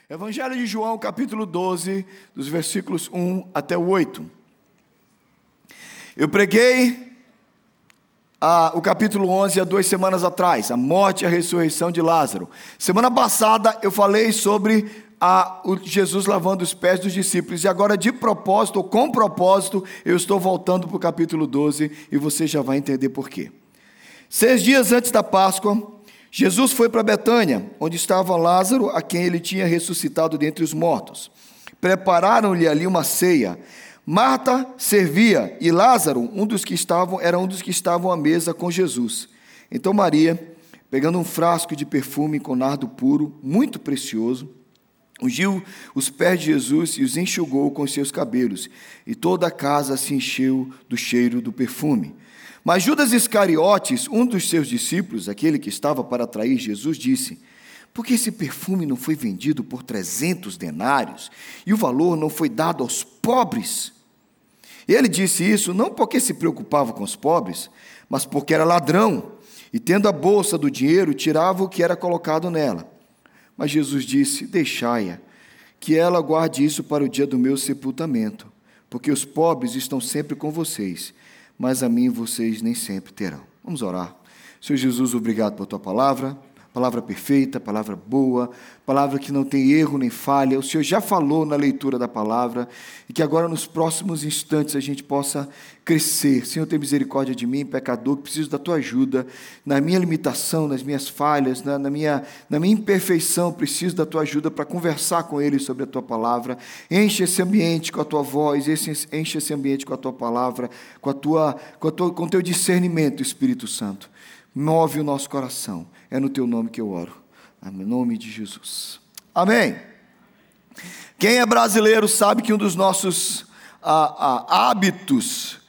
Evangelho de João, capítulo 12, dos versículos 1 até o 8. Eu preguei o capítulo 11 há 2 semanas atrás, a morte e a ressurreição de Lázaro. Semana passada eu falei sobre o Jesus lavando os pés dos discípulos, e agora de propósito, ou com propósito, eu estou voltando para o capítulo 12, e você já vai entender por quê. 6 dias antes da Páscoa, Jesus foi para Betânia, onde estava Lázaro, a quem ele tinha ressuscitado dentre os mortos. Prepararam-lhe ali uma ceia. Marta servia, e Lázaro, era um dos que estavam à mesa com Jesus. Então Maria, pegando um frasco de perfume com nardo puro, muito precioso, ungiu os pés de Jesus e os enxugou com seus cabelos, e toda a casa se encheu do cheiro do perfume. Mas Judas Iscariotes, um dos seus discípulos, aquele que estava para trair Jesus, disse: por que esse perfume não foi vendido por 300 denários e o valor não foi dado aos pobres? Ele disse isso não porque se preocupava com os pobres, mas porque era ladrão, e tendo a bolsa do dinheiro, tirava o que era colocado nela. Mas Jesus disse: deixai-a, que ela guarde isso para o dia do meu sepultamento, porque os pobres estão sempre com vocês, mas a mim vocês nem sempre terão. Vamos orar. Senhor Jesus, obrigado por tua palavra perfeita, palavra boa, palavra que não tem erro nem falha. O Senhor já falou na leitura da palavra, e que agora nos próximos instantes a gente possa crescer. Senhor, tem misericórdia de mim, pecador, que preciso da tua ajuda, na minha limitação, nas minhas falhas, na minha imperfeição, preciso da tua ajuda para conversar com Ele sobre a tua palavra. Enche esse ambiente com a tua voz, enche esse ambiente com a tua palavra, com o teu discernimento, Espírito Santo. Move o nosso coração. É no teu nome que eu oro. Em nome de Jesus. Amém. Quem é brasileiro sabe que um dos nossos hábitos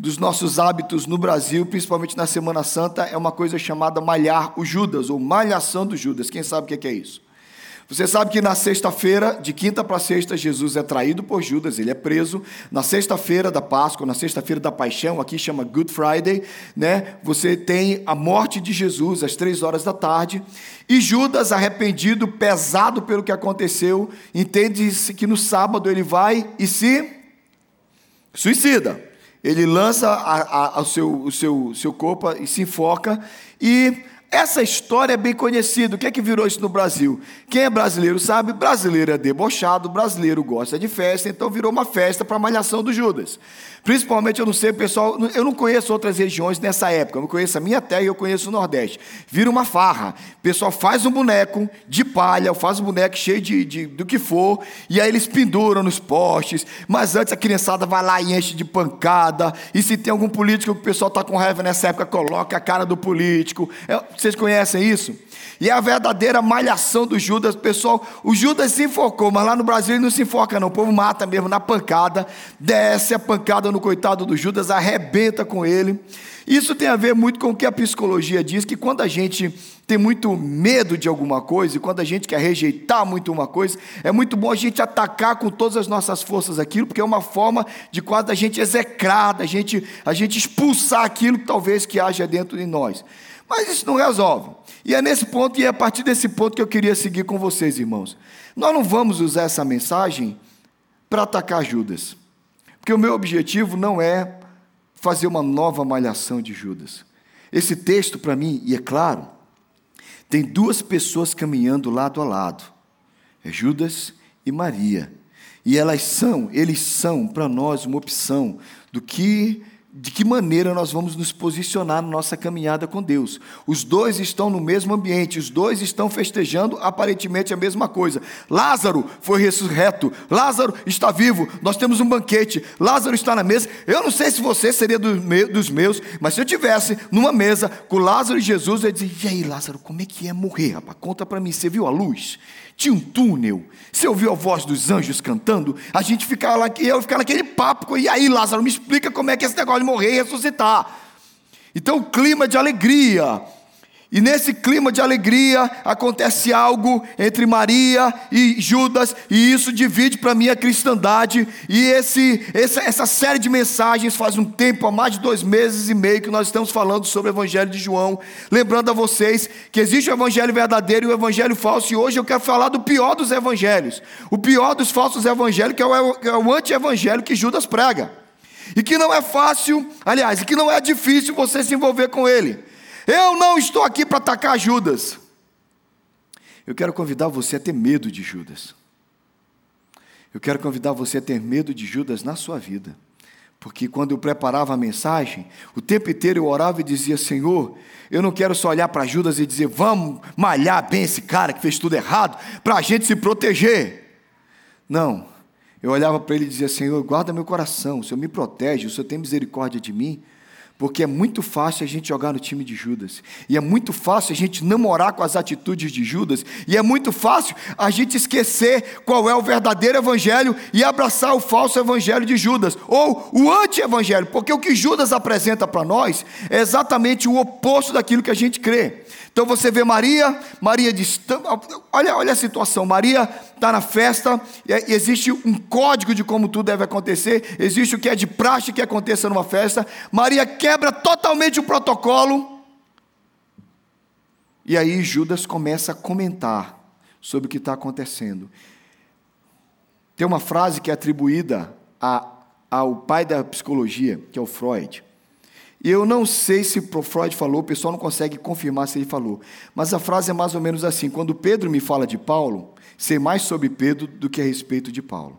no Brasil, principalmente na Semana Santa, é uma coisa chamada malhar o Judas, ou malhação do Judas. Quem sabe o que é isso? Você sabe que na sexta-feira, de quinta para sexta, Jesus é traído por Judas, ele é preso. Na sexta-feira da Páscoa, na sexta-feira da Paixão, aqui chama Good Friday, né? Você tem a morte de Jesus às 3 horas da tarde. E Judas, arrependido, pesado pelo que aconteceu, entende-se que no sábado ele vai e se suicida. Ele lança o seu corpo e se enforca. E essa história é bem conhecida. O que é que virou isso no Brasil? Quem é brasileiro sabe, brasileiro é debochado, brasileiro gosta de festa, então virou uma festa para a malhação do Judas. Principalmente, eu não sei, pessoal, eu não conheço outras regiões nessa época, eu não conheço a minha terra e eu conheço o Nordeste. Vira uma farra, o pessoal faz um boneco de palha, faz um boneco cheio do que for, e aí eles penduram nos postes, mas antes a criançada vai lá e enche de pancada, e se tem algum político que o pessoal está com raiva nessa época, coloca a cara do político. Vocês conhecem isso? E é a verdadeira malhação do Judas, pessoal. O Judas se enforcou, mas lá no Brasil ele não se enforca não, o povo mata mesmo na pancada, desce a pancada no coitado do Judas, arrebenta com ele. Isso tem a ver muito com o que a psicologia diz, que quando a gente tem muito medo de alguma coisa, e quando a gente quer rejeitar muito uma coisa, é muito bom a gente atacar com todas as nossas forças aquilo, porque é uma forma de quase a gente execrar, a gente expulsar aquilo que talvez que haja dentro de nós. Mas isso não resolve. E é nesse ponto, e é a partir desse ponto que eu queria seguir com vocês, irmãos. Nós não vamos usar essa mensagem para atacar Judas, porque o meu objetivo não é fazer uma nova malhação de Judas. Esse texto, para mim, e é claro, tem 2 pessoas caminhando lado a lado. É Judas e Maria. E eles são para nós uma opção de que maneira nós vamos nos posicionar na nossa caminhada com Deus. Os 2 estão no mesmo ambiente, os 2 estão festejando aparentemente a mesma coisa. Lázaro foi ressurreto, Lázaro está vivo, nós temos um banquete, Lázaro está na mesa. Eu não sei se você seria dos meus, mas se eu tivesse numa mesa com Lázaro e Jesus, eu ia dizer: e aí, Lázaro, como é que é morrer, rapaz? Conta para mim, você viu a luz? Tinha um túnel, você ouviu a voz dos anjos cantando? A gente ficava lá, eu ficava naquele papo, e aí, Lázaro, me explica como é que é esse negócio de morrer e ressuscitar. Então, o clima de alegria. E nesse clima de alegria, acontece algo entre Maria e Judas, e isso divide para mim a cristandade. E essa série de mensagens faz um tempo, há mais de 2 meses e meio, que nós estamos falando sobre o Evangelho de João, lembrando a vocês que existe o Evangelho verdadeiro e o Evangelho falso, e hoje eu quero falar do pior dos evangelhos, o pior dos falsos evangelhos, que é o anti-evangelho que Judas prega, e que não é fácil, aliás, e que não é difícil você se envolver com ele. Eu não estou aqui para atacar Judas. Eu quero convidar você a ter medo de Judas. Eu quero convidar você a ter medo de Judas na sua vida. Porque quando eu preparava a mensagem, o tempo inteiro eu orava e dizia: Senhor, eu não quero só olhar para Judas e dizer, vamos malhar bem esse cara que fez tudo errado, para a gente se proteger. Não, eu olhava para ele e dizia: Senhor, guarda meu coração, o Senhor me protege, o Senhor tem misericórdia de mim. Porque é muito fácil a gente jogar no time de Judas, e é muito fácil a gente namorar com as atitudes de Judas, e é muito fácil a gente esquecer qual é o verdadeiro evangelho e abraçar o falso evangelho de Judas, ou o anti-evangelho, porque o que Judas apresenta para nós é exatamente o oposto daquilo que a gente crê. Então você vê Maria diz, olha a situação, Maria está na festa, e existe um código de como tudo deve acontecer, existe o que é de praxe que aconteça numa festa. Maria quebra totalmente o protocolo, e aí Judas começa a comentar sobre o que está acontecendo. Tem uma frase que é atribuída ao pai da psicologia, que é o Freud. E eu não sei se o Freud falou, o pessoal não consegue confirmar se ele falou, mas a frase é mais ou menos assim: quando Pedro me fala de Paulo, sei mais sobre Pedro do que a respeito de Paulo.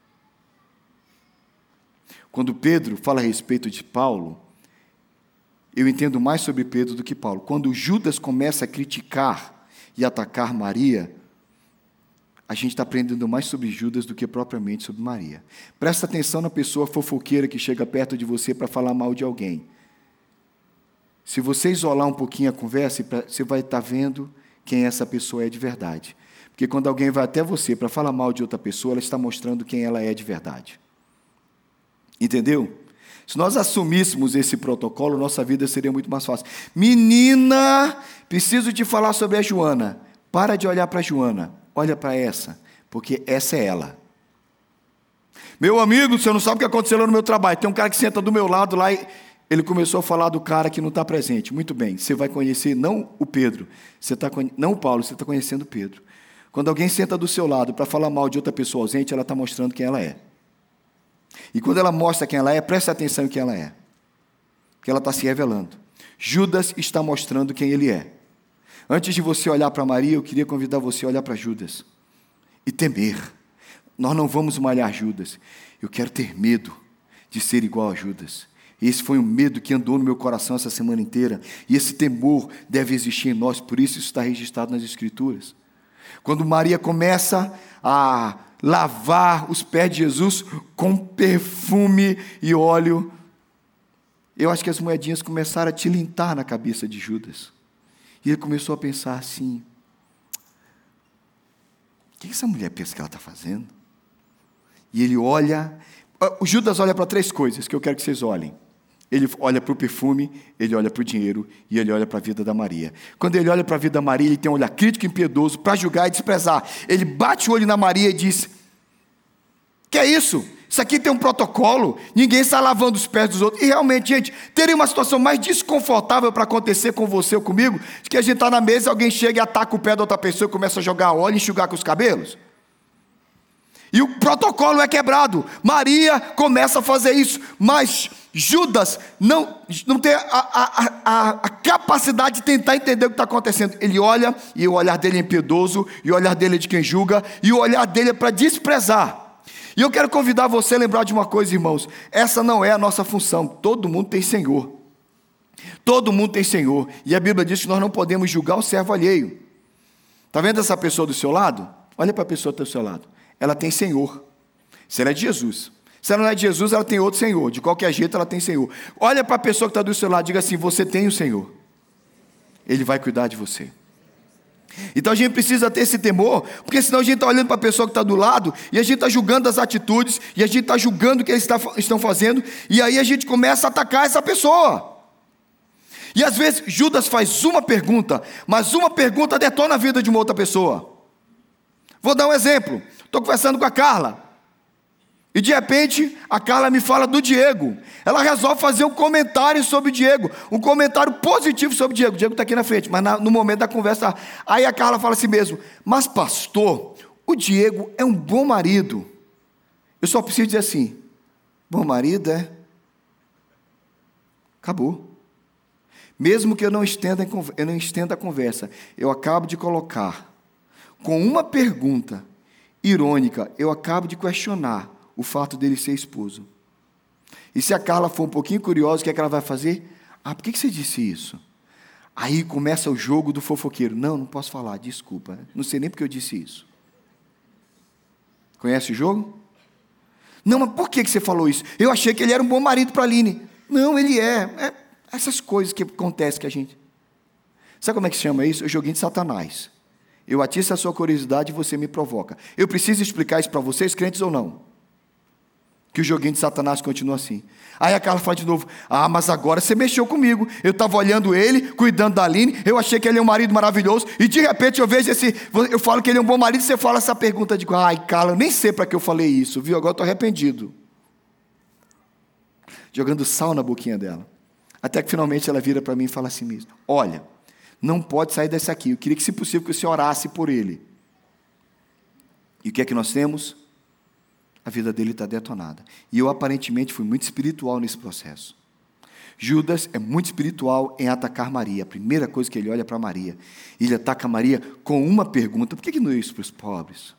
Quando Pedro fala a respeito de Paulo, eu entendo mais sobre Pedro do que Paulo. Quando Judas começa a criticar e atacar Maria, a gente está aprendendo mais sobre Judas do que propriamente sobre Maria. Presta atenção na pessoa fofoqueira que chega perto de você para falar mal de alguém. Se você isolar um pouquinho a conversa, você vai estar vendo quem essa pessoa é de verdade. Porque quando alguém vai até você para falar mal de outra pessoa, ela está mostrando quem ela é de verdade. Entendeu? Se nós assumíssemos esse protocolo, nossa vida seria muito mais fácil. Menina, preciso te falar sobre a Joana. Para de olhar para a Joana, olha para essa, porque essa é ela. Meu amigo, você não sabe o que aconteceu lá no meu trabalho. Tem um cara que senta do meu lado lá e ele começou a falar do cara que não está presente. Muito bem, você vai conhecer não o Pedro, não o Paulo, você está conhecendo o Pedro. Quando alguém senta do seu lado para falar mal de outra pessoa ausente, ela está mostrando quem ela é. E quando ela mostra quem ela é, preste atenção em quem ela é. Porque ela está se revelando. Judas está mostrando quem ele é. Antes de você olhar para Maria, eu queria convidar você a olhar para Judas e temer. Nós não vamos malhar Judas. Eu quero ter medo de ser igual a Judas. Esse foi um medo que andou no meu coração essa semana inteira. E esse temor deve existir em nós, por isso está registrado nas Escrituras. Quando Maria começa a lavar os pés de Jesus com perfume e óleo, eu acho que as moedinhas começaram a tilintar na cabeça de Judas. E ele começou a pensar assim: o que essa mulher pensa que ela está fazendo? E ele olha, o Judas olha para 3 coisas que eu quero que vocês olhem. Ele olha para o perfume, ele olha para o dinheiro e ele olha para a vida da Maria. Quando ele olha para a vida da Maria, ele tem um olhar crítico e impiedoso para julgar e desprezar. Ele bate o olho na Maria e diz: que é isso? Isso aqui tem um protocolo, ninguém está lavando os pés dos outros. E realmente, gente, teria uma situação mais desconfortável para acontecer com você ou comigo, de que a gente está na mesa e alguém chega e ataca o pé da outra pessoa e começa a jogar óleo e enxugar com os cabelos. E o protocolo é quebrado. Maria começa a fazer isso, mas Judas não tem a capacidade de tentar entender o que está acontecendo. Ele olha, e o olhar dele é impiedoso, e o olhar dele é de quem julga, e o olhar dele é para desprezar. E eu quero convidar você a lembrar de uma coisa, irmãos: essa não é a nossa função. Todo mundo tem Senhor. Todo mundo tem Senhor. E a Bíblia diz que nós não podemos julgar o servo alheio. Está vendo essa pessoa do seu lado? Olha para a pessoa do seu lado. Ela tem Senhor. Se ela é de Jesus. Se ela não é de Jesus, ela tem outro Senhor. De qualquer jeito, ela tem Senhor. Olha para a pessoa que está do seu lado e diga assim: você tem o Senhor. Ele vai cuidar de você. Então a gente precisa ter esse temor, porque senão a gente está olhando para a pessoa que está do lado, e a gente está julgando as atitudes, e a gente está julgando o que eles estão fazendo, e aí a gente começa a atacar essa pessoa. E às vezes Judas faz uma pergunta, mas uma pergunta detona a vida de uma outra pessoa. Vou dar um exemplo. Estou conversando com a Carla. E de repente, a Carla me fala do Diego. Ela resolve fazer um comentário sobre o Diego. Um comentário positivo sobre o Diego. O Diego está aqui na frente, mas no momento da conversa, aí a Carla fala assim mesmo: mas pastor, o Diego é um bom marido. Eu só preciso dizer assim: bom marido é? Acabou. Mesmo que eu não estenda a conversa, eu acabo de colocar, com uma pergunta irônica, eu acabo de questionar o fato dele ser esposo. E se a Carla for um pouquinho curiosa, o que é que ela vai fazer? Ah, por que você disse isso? Aí começa o jogo do fofoqueiro. Não posso falar, desculpa. Não sei nem porque eu disse isso. Conhece o jogo? Não, mas por que você falou isso? Eu achei que ele era um bom marido para a Aline. Não, ele é. Essas coisas que acontecem que a gente... Sabe como é que se chama isso? É o joguinho de Satanás. Eu atiço a sua curiosidade e você me provoca. Eu preciso explicar isso para vocês, crentes ou não? Que o joguinho de Satanás continua assim. Aí a Carla fala de novo: ah, mas agora você mexeu comigo. Eu estava olhando ele, cuidando da Aline, eu achei que ele é um marido maravilhoso, e de repente eu vejo eu falo que ele é um bom marido, e você fala essa pergunta, de ai, Carla, eu nem sei para que eu falei isso, viu? Agora eu estou arrependido. Jogando sal na boquinha dela. Até que finalmente ela vira para mim e fala assim mesmo: olha, não pode sair desse aqui, eu queria que, se possível, que você orasse por ele. E o que é que nós temos? A vida dele está detonada. E eu aparentemente fui muito espiritual nesse processo. Judas é muito espiritual em atacar Maria. A primeira coisa que ele olha para Maria, ele ataca Maria com uma pergunta: por que não é isso para os pobres?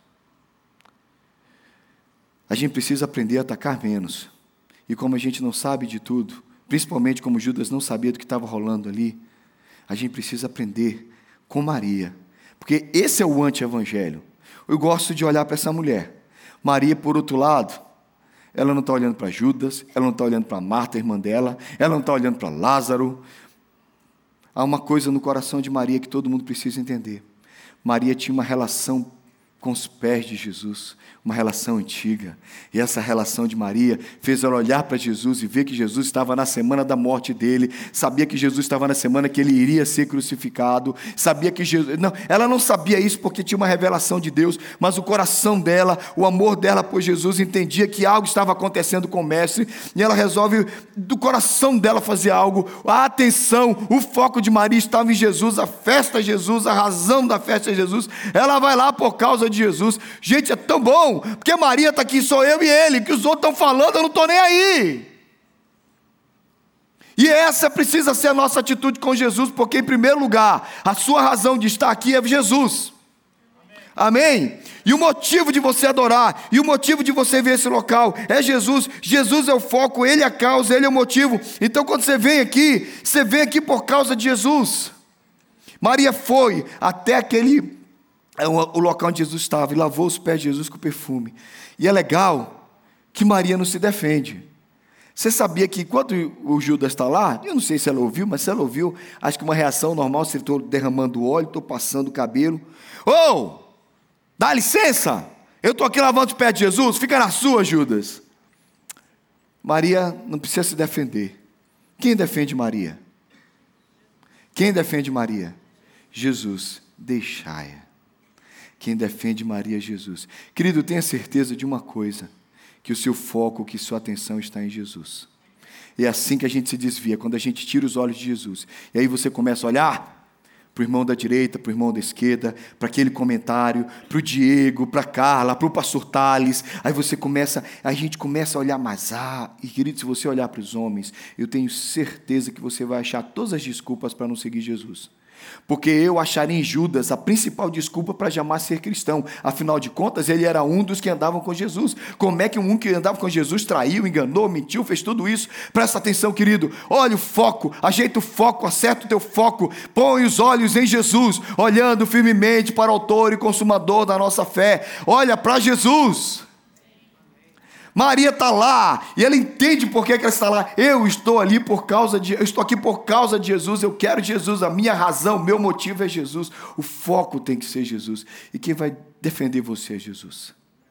A gente precisa aprender a atacar menos. E como a gente não sabe de tudo, principalmente como Judas não sabia do que estava rolando ali, a gente precisa aprender com Maria. Porque esse é o anti-evangelho. Eu gosto de olhar para essa mulher. Maria, por outro lado, ela não está olhando para Judas, ela não está olhando para Marta, irmã dela, ela não está olhando para Lázaro. Há uma coisa no coração de Maria que todo mundo precisa entender. Maria tinha uma relação com os pés de Jesus, uma relação antiga. E essa relação de Maria fez ela olhar para Jesus e ver que Jesus estava na semana da morte dele, sabia que Jesus estava na semana que ele iria ser crucificado, sabia que Jesus... Não, ela não sabia isso porque tinha uma revelação de Deus, mas o coração dela, o amor dela por Jesus, entendia que algo estava acontecendo com o mestre, e ela resolve, do coração dela, fazer algo. A atenção, o foco de Maria estava em Jesus, a festa de Jesus, a razão da festa de Jesus. Ela vai lá por causa de Jesus. Gente, é tão bom, porque Maria está aqui, sou eu e ele, que os outros estão falando, eu não estou nem aí. E essa precisa ser a nossa atitude com Jesus, porque em primeiro lugar, a sua razão de estar aqui é Jesus. Amém? E o motivo de você adorar, e o motivo de você ver esse local é Jesus. Jesus é o foco, Ele é a causa, Ele é o motivo. Então quando você vem aqui por causa de Jesus. Maria foi até o local onde Jesus estava e lavou os pés de Jesus com perfume. E é legal que Maria não se defende. Você sabia que quando o Judas está lá, eu não sei se ela ouviu, mas se ela ouviu, acho que uma reação normal, se eu estou derramando óleo, estou passando o cabelo. Dá licença, eu estou aqui lavando os pés de Jesus, fica na sua, Judas. Maria não precisa se defender. Quem defende Maria? Quem defende Maria? Jesus. Deixai-a. Quem defende Maria é Jesus. Querido, tenha certeza de uma coisa, que o seu foco, que sua atenção está em Jesus. É assim que a gente se desvia, quando a gente tira os olhos de Jesus. E aí você começa a olhar para o irmão da direita, para o irmão da esquerda, para aquele comentário, para o Diego, para a Carla, para o pastor Thales. Aí a gente começa a olhar mais. E querido, se você olhar para os homens, eu tenho certeza que você vai achar todas as desculpas para não seguir Jesus. Porque eu acharia em Judas a principal desculpa para jamais ser cristão. Afinal de contas, ele era um dos que andavam com Jesus. Como é que um que andava com Jesus traiu, enganou, mentiu, fez tudo isso? Presta atenção, querido. Olha o foco, ajeita o foco, acerta o teu foco. Põe os olhos em Jesus, olhando firmemente para o autor e consumador da nossa fé. Olha para Jesus. Maria está lá, e ela entende por que ela está lá. Eu estou aqui por causa de Jesus, eu quero Jesus, a minha razão, o meu motivo é Jesus. O foco tem que ser Jesus. E quem vai defender você é Jesus.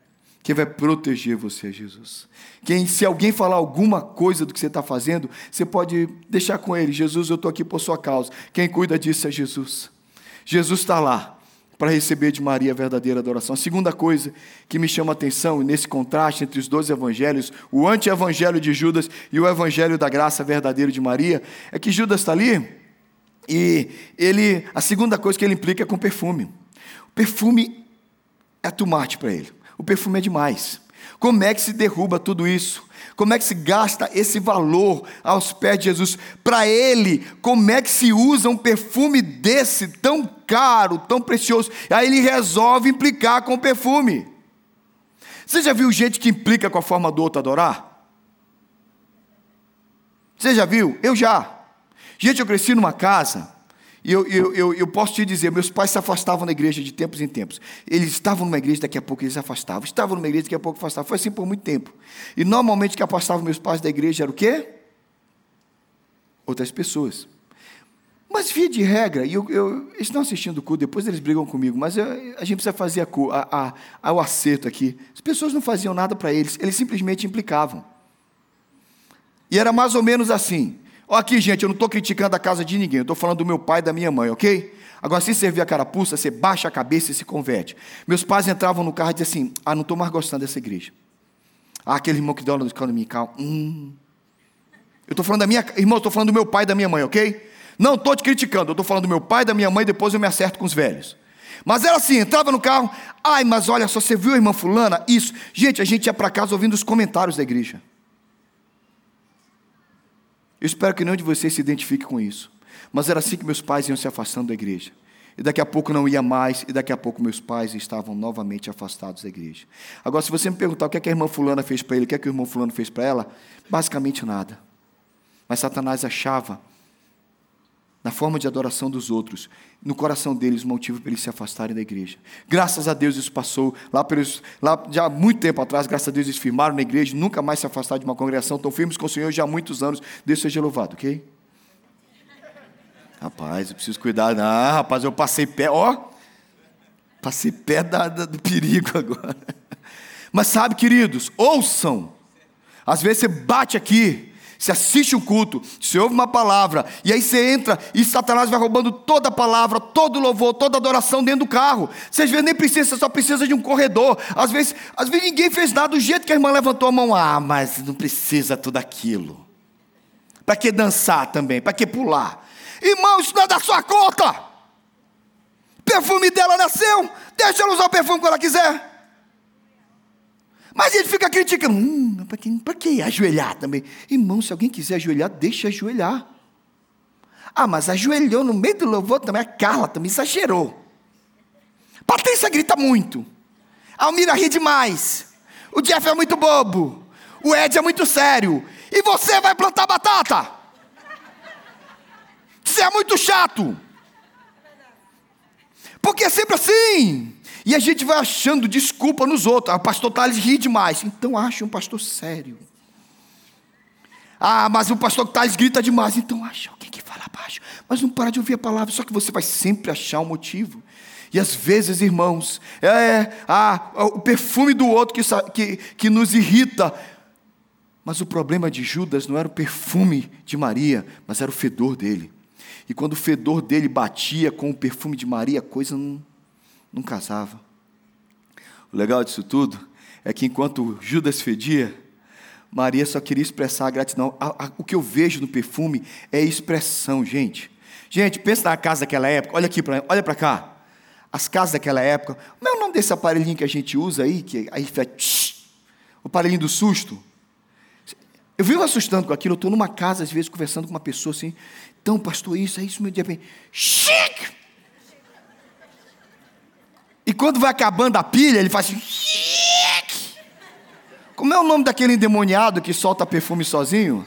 Quem vai proteger você é Jesus. Se alguém falar alguma coisa do que você está fazendo, você pode deixar com ele. Jesus, eu estou aqui por sua causa. Quem cuida disso é Jesus. Jesus está lá para receber de Maria a verdadeira adoração. A segunda coisa que me chama a atenção, nesse contraste entre os dois evangelhos, o anti-evangelho de Judas e o evangelho da graça verdadeiro de Maria, é que Judas está ali e a segunda coisa que ele implica é com perfume. O perfume é too much para ele. O perfume é demais. Como é que se derruba tudo isso? Como é que se gasta esse valor aos pés de Jesus? Para ele, como é que se usa um perfume desse, tão caro, tão precioso? Aí ele resolve implicar com o perfume. Você já viu gente que implica com a forma do outro adorar? Você já viu? Eu já. Gente, eu cresci numa casa... E eu posso te dizer, meus pais se afastavam da igreja de tempos em tempos. Eles estavam numa igreja, daqui a pouco eles se afastavam. Estavam numa igreja, daqui a pouco afastavam. Foi assim por muito tempo. E normalmente o que afastava meus pais da igreja era o quê? Outras pessoas. Mas via de regra, eles estão assistindo o culto, depois eles brigam comigo, mas a gente precisa fazer o acerto aqui. As pessoas não faziam nada para eles simplesmente implicavam. E era mais ou menos assim. Ó, aqui, gente, eu não estou criticando a casa de ninguém, eu estou falando do meu pai e da minha mãe, ok? Agora, se servir a carapuça, você baixa a cabeça e se converte. Meus pais entravam no carro e diziam assim, não estou mais gostando dessa igreja. Aquele irmão que deu aula no escola dominical, Eu estou falando irmão, eu estou falando do meu pai e da minha mãe, ok? Não estou te criticando, eu estou falando do meu pai e da minha mãe, depois eu me acerto com os velhos. Mas era assim, entrava no carro, mas olha só, você viu a irmã fulana? Isso. Gente, a gente ia para casa ouvindo os comentários da igreja. Eu espero que nenhum de vocês se identifique com isso. Mas era assim que meus pais iam se afastando da igreja. E daqui a pouco não ia mais, e daqui a pouco meus pais estavam novamente afastados da igreja. Agora, se você me perguntar o que é que a irmã fulana fez para ele, o que é que o irmão fulano fez para ela, basicamente nada. Mas Satanás achava, na forma de adoração dos outros, no coração deles, um motivo para eles se afastarem da igreja. Graças a Deus isso passou, lá já há muito tempo atrás, graças a Deus eles firmaram na igreja, nunca mais se afastaram de uma congregação, estão firmes com o Senhor já há muitos anos. Deus seja louvado, ok? Rapaz, eu preciso cuidar. Rapaz, eu passei pé, passei pé do perigo agora. Mas sabe, queridos, ouçam. Às vezes você bate aqui, você assiste um culto, você ouve uma palavra, e aí você entra e Satanás vai roubando toda a palavra, todo o louvor, toda a adoração dentro do carro. Você às vezes nem precisa, você só precisa de um corredor. Às vezes ninguém fez nada, do jeito que a irmã levantou a mão, mas não precisa tudo aquilo. Para que dançar também? Para que pular? Irmão, isso não é da sua conta. O perfume dela nasceu, deixa ela usar o perfume quando ela quiser. Mas ele fica criticando, para que ajoelhar também? Irmão, se alguém quiser ajoelhar, deixa ajoelhar. Mas ajoelhou no meio do louvor também, a Carla também exagerou. Patrícia grita muito. A Almira ri demais. O Jeff é muito bobo. O Ed é muito sério. E você vai plantar batata? Você é muito chato. Porque é sempre assim. E a gente vai achando desculpa nos outros. O pastor Thales ri demais. Então acha um pastor sério. Mas o pastor Thales grita demais. Então acha alguém que fala baixo. Mas não para de ouvir a palavra. Só que você vai sempre achar um motivo. E às vezes, irmãos, o perfume do outro que nos irrita. Mas o problema de Judas não era o perfume de Maria, mas era o fedor dele. E quando o fedor dele batia com o perfume de Maria, a coisa não casava. O legal disso tudo é que enquanto Judas fedia, Maria só queria expressar a gratidão. O que eu vejo no perfume é expressão, gente. Gente, pensa na casa daquela época. Olha para cá. As casas daquela época. Como é o nome desse aparelhinho que a gente usa aí? Que aí faz o aparelhinho do susto. Eu vivo assustando com aquilo. Eu estou numa casa, às vezes, conversando com uma pessoa assim. Então, pastor, isso, meu dia. Chique! E quando vai acabando a pilha, ele faz assim. Chique! Como é o nome daquele endemoniado que solta perfume sozinho?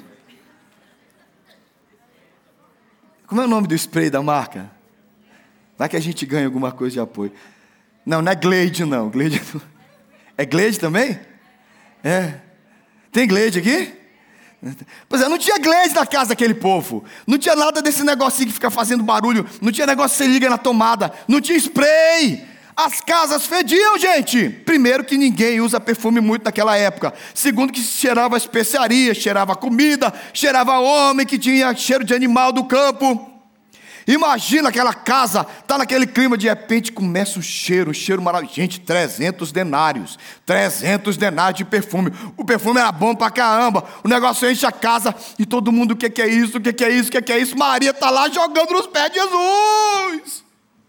Como é o nome do spray da marca? Vai que a gente ganha alguma coisa de apoio. Não é Glade, não. Glade não. É Glade também? É. Tem Glade aqui? Pois é, não tinha Glade na casa daquele povo. Não tinha nada desse negocinho que fica fazendo barulho. Não tinha negócio que você liga na tomada. Não tinha spray. As casas fediam, gente. Primeiro que ninguém usa perfume muito naquela época. Segundo que cheirava especiaria, cheirava comida, cheirava homem que tinha cheiro de animal do campo. Imagina aquela casa, tá naquele clima, de repente começa um cheiro maravilhoso. Gente, 300 denários de perfume. O perfume era bom pra caramba. O negócio enche a casa e todo mundo, o que é isso? O que é isso? O que é isso? Maria tá lá jogando nos pés de Jesus.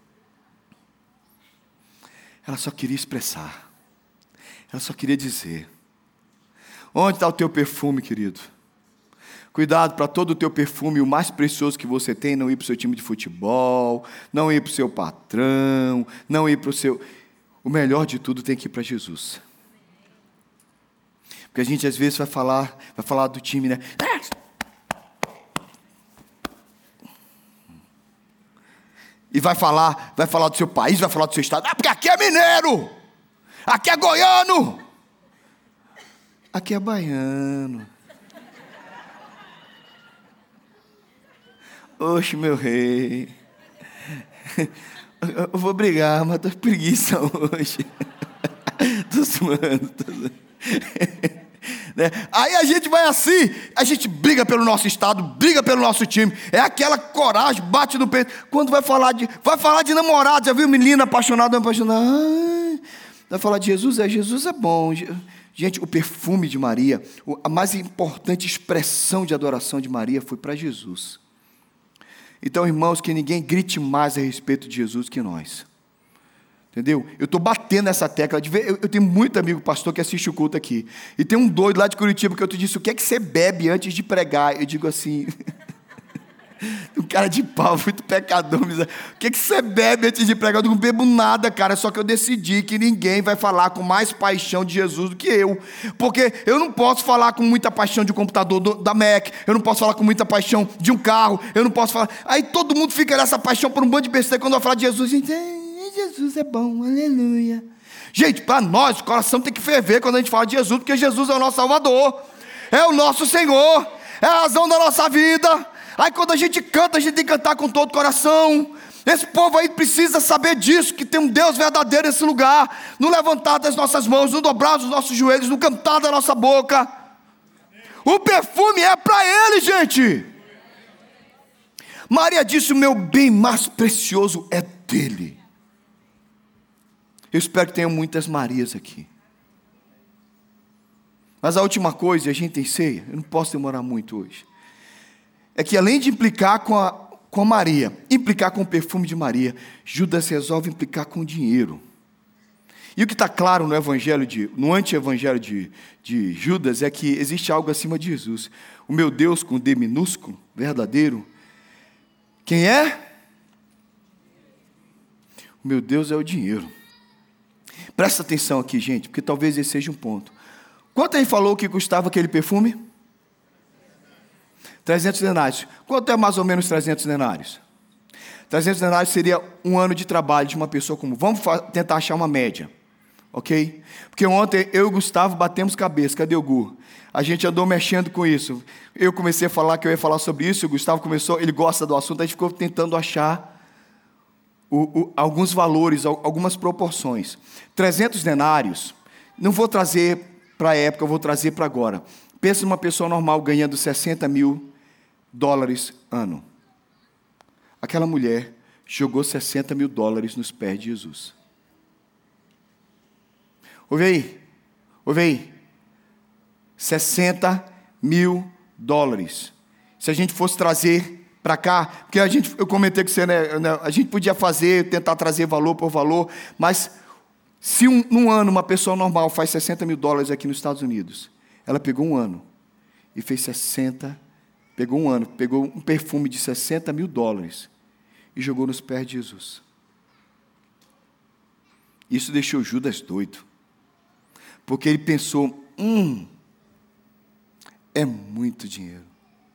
Ela só queria expressar. Ela só queria dizer. Onde está o teu perfume, querido? Cuidado para todo o teu perfume, o mais precioso que você tem, não ir para o seu time de futebol, não ir para o seu patrão, não ir para o seu... O melhor de tudo tem que ir para Jesus. Porque a gente às vezes vai falar do time, né? E vai falar do seu país, vai falar do seu estado. Porque aqui é mineiro, aqui é goiano, aqui é baiano. Oxe, meu rei, eu vou brigar, mas tô com preguiça hoje. Tô suando. Né? Aí a gente vai assim, a gente briga pelo nosso estado, briga pelo nosso time. É aquela coragem, bate no peito. Quando vai falar de namorado, já viu menina apaixonada, vai falar de Jesus, Jesus é bom. Gente, o perfume de Maria, a mais importante expressão de adoração de Maria foi para Jesus. Então, irmãos, que ninguém grite mais a respeito de Jesus que nós. Entendeu? Eu estou batendo nessa tecla. Eu tenho muito amigo pastor que assiste o culto aqui. E tem um doido lá de Curitiba que eu te disse: o que é que você bebe antes de pregar? Eu digo assim... um cara de pau, muito pecador. O que é que você bebe antes de pregar? Eu não bebo nada, cara. Só que eu decidi que ninguém vai falar com mais paixão de Jesus do que eu. Porque eu não posso falar com muita paixão de um computador da Mac. Eu não posso falar com muita paixão de um carro. Eu não posso falar... Aí todo mundo fica nessa paixão por um bando de besteira. Quando vai falar de Jesus, gente... Jesus é bom, aleluia. Gente, para nós, o coração tem que ferver quando a gente fala de Jesus, porque Jesus é o nosso Salvador, é o nosso Senhor, é a razão da nossa vida. Aí quando a gente canta, a gente tem que cantar com todo o coração. Esse povo aí precisa saber disso, que tem um Deus verdadeiro nesse lugar, no levantar das nossas mãos, no dobrar dos nossos joelhos, no cantar da nossa boca. O perfume é para Ele, gente. Maria disse: o meu bem mais precioso é dele. Eu espero que tenham muitas Marias aqui. Mas a última coisa, e a gente tem ceia, eu não posso demorar muito hoje, é que além de implicar com Maria, implicar com o perfume de Maria, Judas resolve implicar com o dinheiro. E o que está claro no anti-evangelho de Judas é que existe algo acima de Jesus. O meu Deus com D minúsculo, verdadeiro, quem é? O meu Deus é o dinheiro. Presta atenção aqui, gente, porque talvez esse seja um ponto. Quanto ele falou que custava aquele perfume? 300 denários. Quanto é mais ou menos 300 denários? 300 denários seria um ano de trabalho de uma pessoa comum. Vamos tentar achar uma média, ok? Porque ontem eu e o Gustavo batemos cabeça. Cadê o Gu? A gente andou mexendo com isso. Eu comecei a falar que eu ia falar sobre isso, o Gustavo começou, ele gosta do assunto, a gente ficou tentando achar alguns valores, algumas proporções. 300 denários, não vou trazer para a época, eu vou trazer para agora. Pensa numa pessoa normal ganhando $60 mil ano. Aquela mulher jogou $60 mil nos pés de Jesus. Ouve aí. $60 mil. Se a gente fosse trazer para cá, porque eu comentei com você, né, a gente podia tentar trazer valor por valor, mas se num ano uma pessoa normal faz $60 mil aqui nos Estados Unidos, ela pegou um ano e fez pegou um perfume de $60 mil e jogou nos pés de Jesus. Isso deixou Judas doido, porque ele pensou, é muito dinheiro.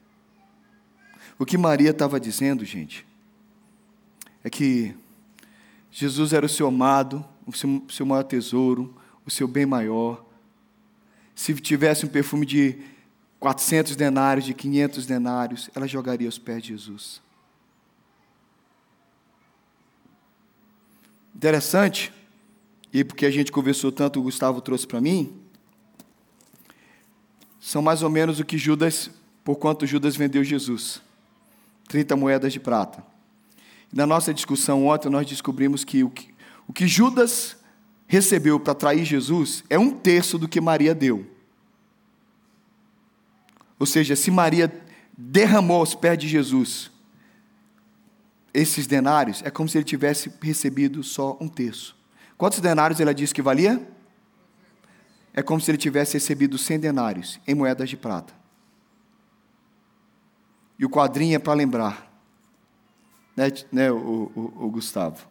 O que Maria estava dizendo, gente, é que Jesus era o seu amado, o seu maior tesouro, o seu bem maior. Se tivesse um perfume de 400 denários, de 500 denários, ela jogaria aos pés de Jesus. Interessante e porque a gente conversou tanto, o Gustavo trouxe para mim, são mais ou menos o que por quanto Judas vendeu Jesus. 30 moedas de prata. Na nossa discussão ontem, nós descobrimos que o que Judas recebeu para trair Jesus é 1/3 do que Maria deu. Ou seja, se Maria derramou aos pés de Jesus esses denários, é como se ele tivesse recebido só 1/3. Quantos denários ela disse que valia? É como se ele tivesse recebido 100 denários em moedas de prata. E o quadrinho é para lembrar, né, o Gustavo?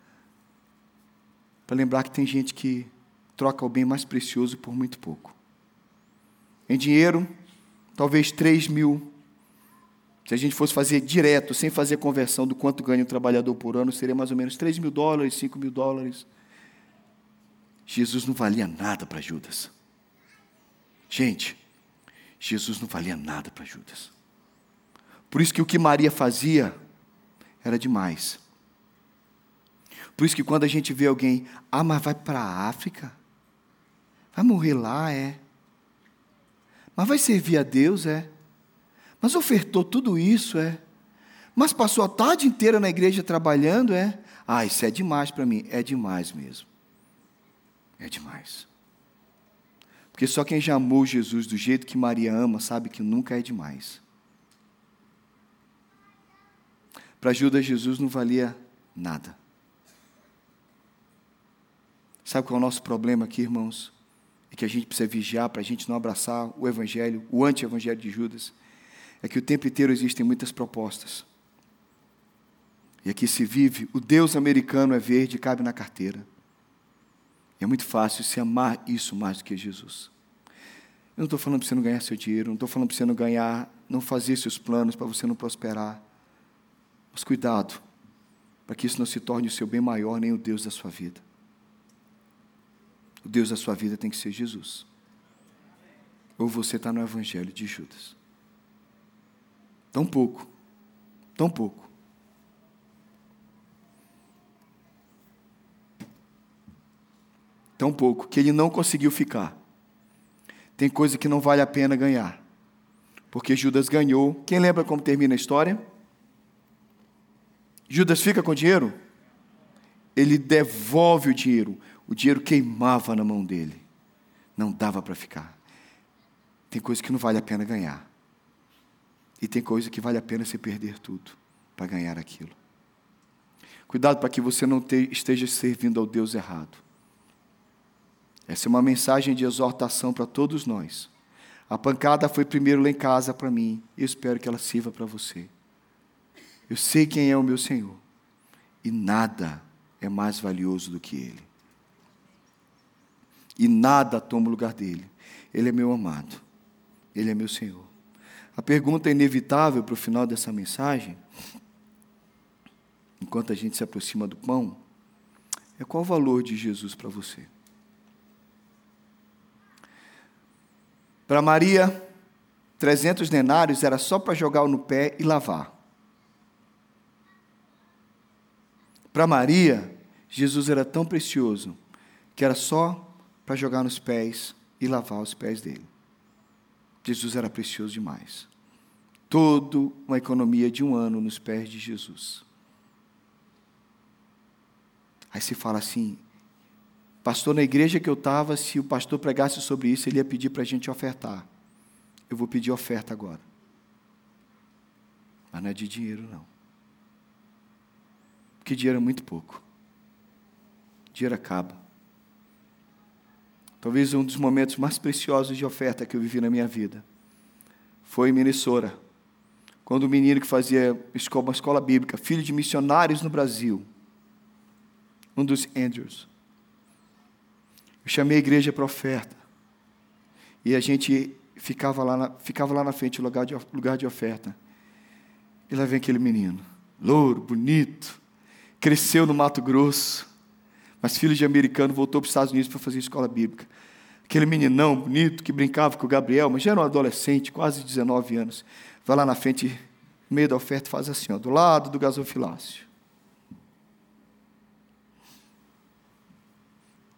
Para lembrar que tem gente que troca o bem mais precioso por muito pouco. Em dinheiro, talvez 3.000. Se a gente fosse fazer direto, sem fazer conversão do quanto ganha um trabalhador por ano, seria mais ou menos $3.000, $5.000. Jesus não valia nada para Judas. Gente, Jesus não valia nada para Judas. Por isso que o que Maria fazia era demais. Por isso que quando a gente vê alguém, mas vai para a África? Vai morrer lá, é? Mas vai servir a Deus, é? Mas ofertou tudo isso, é? Mas passou a tarde inteira na igreja trabalhando, é? Isso é demais para mim. É demais mesmo. É demais. Porque só quem já amou Jesus do jeito que Maria ama, sabe que nunca é demais. Para Judas, Jesus não valia nada. Sabe qual é o nosso problema aqui, irmãos? É que a gente precisa vigiar para a gente não abraçar o evangelho, o anti-evangelho de Judas. É que o tempo inteiro existem muitas propostas. E aqui se vive, o Deus americano é verde e cabe na carteira. É muito fácil se amar isso mais do que Jesus. Eu não estou falando para você não ganhar seu dinheiro, não estou falando para você não fazer seus planos, para você não prosperar. Mas cuidado, para que isso não se torne o seu bem maior, nem o Deus da sua vida. O Deus da sua vida tem que ser Jesus. Ou você está no evangelho de Judas. Tão pouco, tão pouco. Tão pouco, que ele não conseguiu ficar. Tem coisa que não vale a pena ganhar. Porque Judas ganhou. Quem lembra como termina a história? Judas fica com o dinheiro? Ele devolve o dinheiro. O dinheiro queimava na mão dele. Não dava para ficar. Tem coisa que não vale a pena ganhar. E tem coisa que vale a pena você perder tudo para ganhar aquilo. Cuidado para que você não esteja servindo ao Deus errado. Essa é uma mensagem de exortação para todos nós. A pancada foi primeiro lá em casa para mim. Eu espero que ela sirva para você. Eu sei quem é o meu Senhor. E nada é mais valioso do que Ele. E nada toma o lugar dele. Ele é meu amado. Ele é meu Senhor. A pergunta inevitável para o final dessa mensagem, enquanto a gente se aproxima do pão, é qual o valor de Jesus para você? Para Maria, 300 denários era só para jogar no pé e lavar. Para Maria, Jesus era tão precioso que era só para jogar nos pés e lavar os pés dele. Jesus era precioso demais. Toda uma economia de 1 ano nos pés de Jesus. Aí se fala assim, pastor, na igreja que eu estava, se o pastor pregasse sobre isso, ele ia pedir para a gente ofertar. Eu vou pedir oferta agora. Mas não é de dinheiro, não. Porque dinheiro é muito pouco. Dinheiro acaba. Talvez um dos momentos mais preciosos de oferta que eu vivi na minha vida foi em Minnesota, quando o menino que fazia uma escola bíblica, filho de missionários no Brasil, um dos Andrews, eu chamei a igreja para oferta, e a gente ficava lá na frente, lugar de oferta, e lá vem aquele menino, louro, bonito, cresceu no Mato Grosso, mas filho de americano, voltou para os Estados Unidos para fazer escola bíblica. Aquele meninão bonito que brincava com o Gabriel, mas já era um adolescente, quase 19 anos. Vai lá na frente, no meio da oferta, e faz assim, do lado do gasofilácio.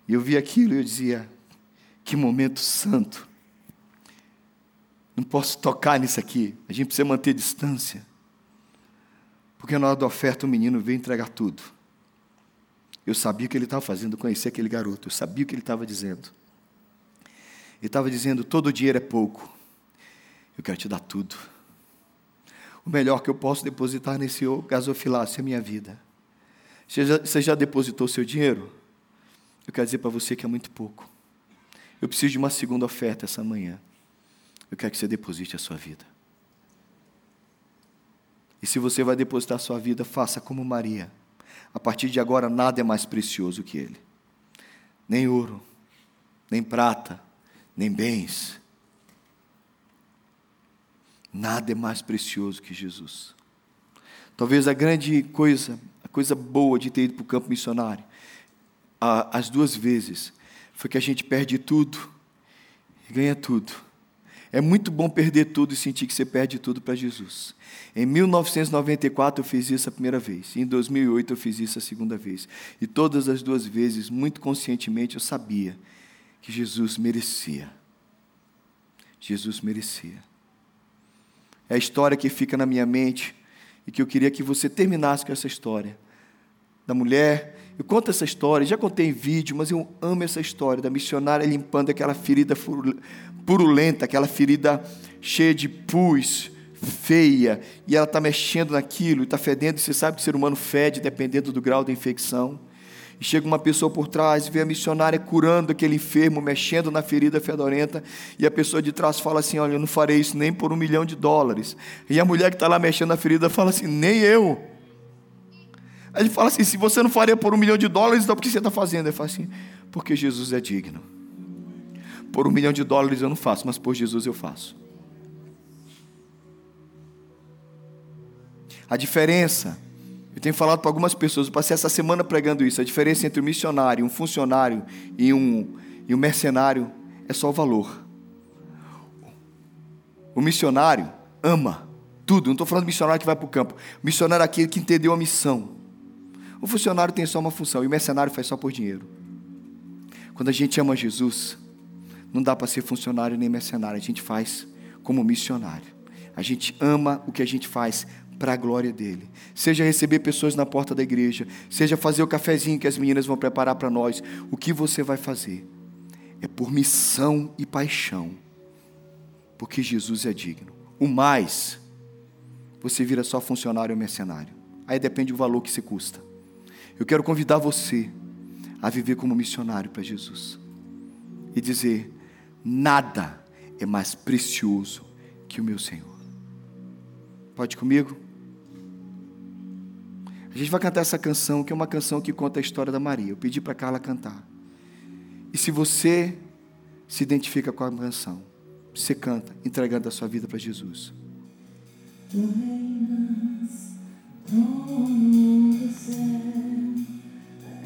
E eu vi aquilo e eu dizia, que momento santo. Não posso tocar nisso aqui. A gente precisa manter distância. Porque na hora da oferta o menino veio entregar tudo. Eu sabia o que ele estava fazendo, eu conhecia aquele garoto. Eu sabia o que ele estava dizendo. Ele estava dizendo, todo dinheiro é pouco. Eu quero te dar tudo. O melhor que eu posso depositar nesse gasofilácio é a minha vida. Você já depositou seu dinheiro? Eu quero dizer para você que é muito pouco. Eu preciso de uma segunda oferta essa manhã. Eu quero que você deposite a sua vida. E se você vai depositar a sua vida, faça como Maria. A partir de agora, nada é mais precioso que Ele. Nem ouro, nem prata, nem bens. Nada é mais precioso que Jesus. Talvez a grande coisa, a coisa boa de ter ido para o campo missionário, as duas vezes, foi que a gente perde tudo e ganha tudo. É muito bom perder tudo e sentir que você perde tudo para Jesus. Em 1994 eu fiz isso a primeira vez. E em 2008 eu fiz isso a segunda vez. E todas as duas vezes, muito conscientemente, eu sabia que Jesus merecia. Jesus merecia. É a história que fica na minha mente e que eu queria que você terminasse com essa história. Da mulher, eu conto essa história, já contei em vídeo, mas eu amo essa história da missionária limpando aquela ferida purulenta, aquela ferida cheia de pus, feia, e ela está mexendo naquilo, e está fedendo, e você sabe que o ser humano fede dependendo do grau da infecção. E chega uma pessoa por trás, vê a missionária curando aquele enfermo, mexendo na ferida fedorenta, e a pessoa de trás fala assim, olha, eu não farei isso nem por $1 milhão. E a mulher que está lá mexendo na ferida fala assim, nem eu. Aí ele fala assim, se você não faria por $1 milhão, então por que você está fazendo? Ele fala assim, porque Jesus é digno. Por $1 milhão eu não faço, mas por Jesus eu faço. A diferença, eu tenho falado para algumas pessoas, eu passei essa semana pregando isso, a diferença entre um missionário, um funcionário e um mercenário é só o valor. O missionário ama tudo, não estou falando do missionário que vai para o campo, o missionário é aquele que entendeu a missão. O funcionário tem só uma função, e o mercenário faz só por dinheiro. Quando a gente ama Jesus, não dá para ser funcionário nem mercenário, a gente faz como missionário. A gente ama o que a gente faz para a glória dele. Seja receber pessoas na porta da igreja, seja fazer o cafezinho que as meninas vão preparar para nós. O que você vai fazer é por missão e paixão, porque Jesus é digno. O mais, você vira só funcionário ou mercenário. Aí depende do valor que você custa. Eu quero convidar você a viver como missionário para Jesus e dizer, nada é mais precioso que o meu Senhor. Pode ir comigo? A gente vai cantar essa canção, que é uma canção que conta a história da Maria. Eu pedi para a Carla cantar. E se você se identifica com a canção, você canta, entregando a sua vida para Jesus. Tu reinas, trono do céu, a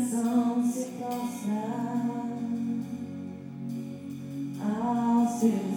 criação se prostra aos teus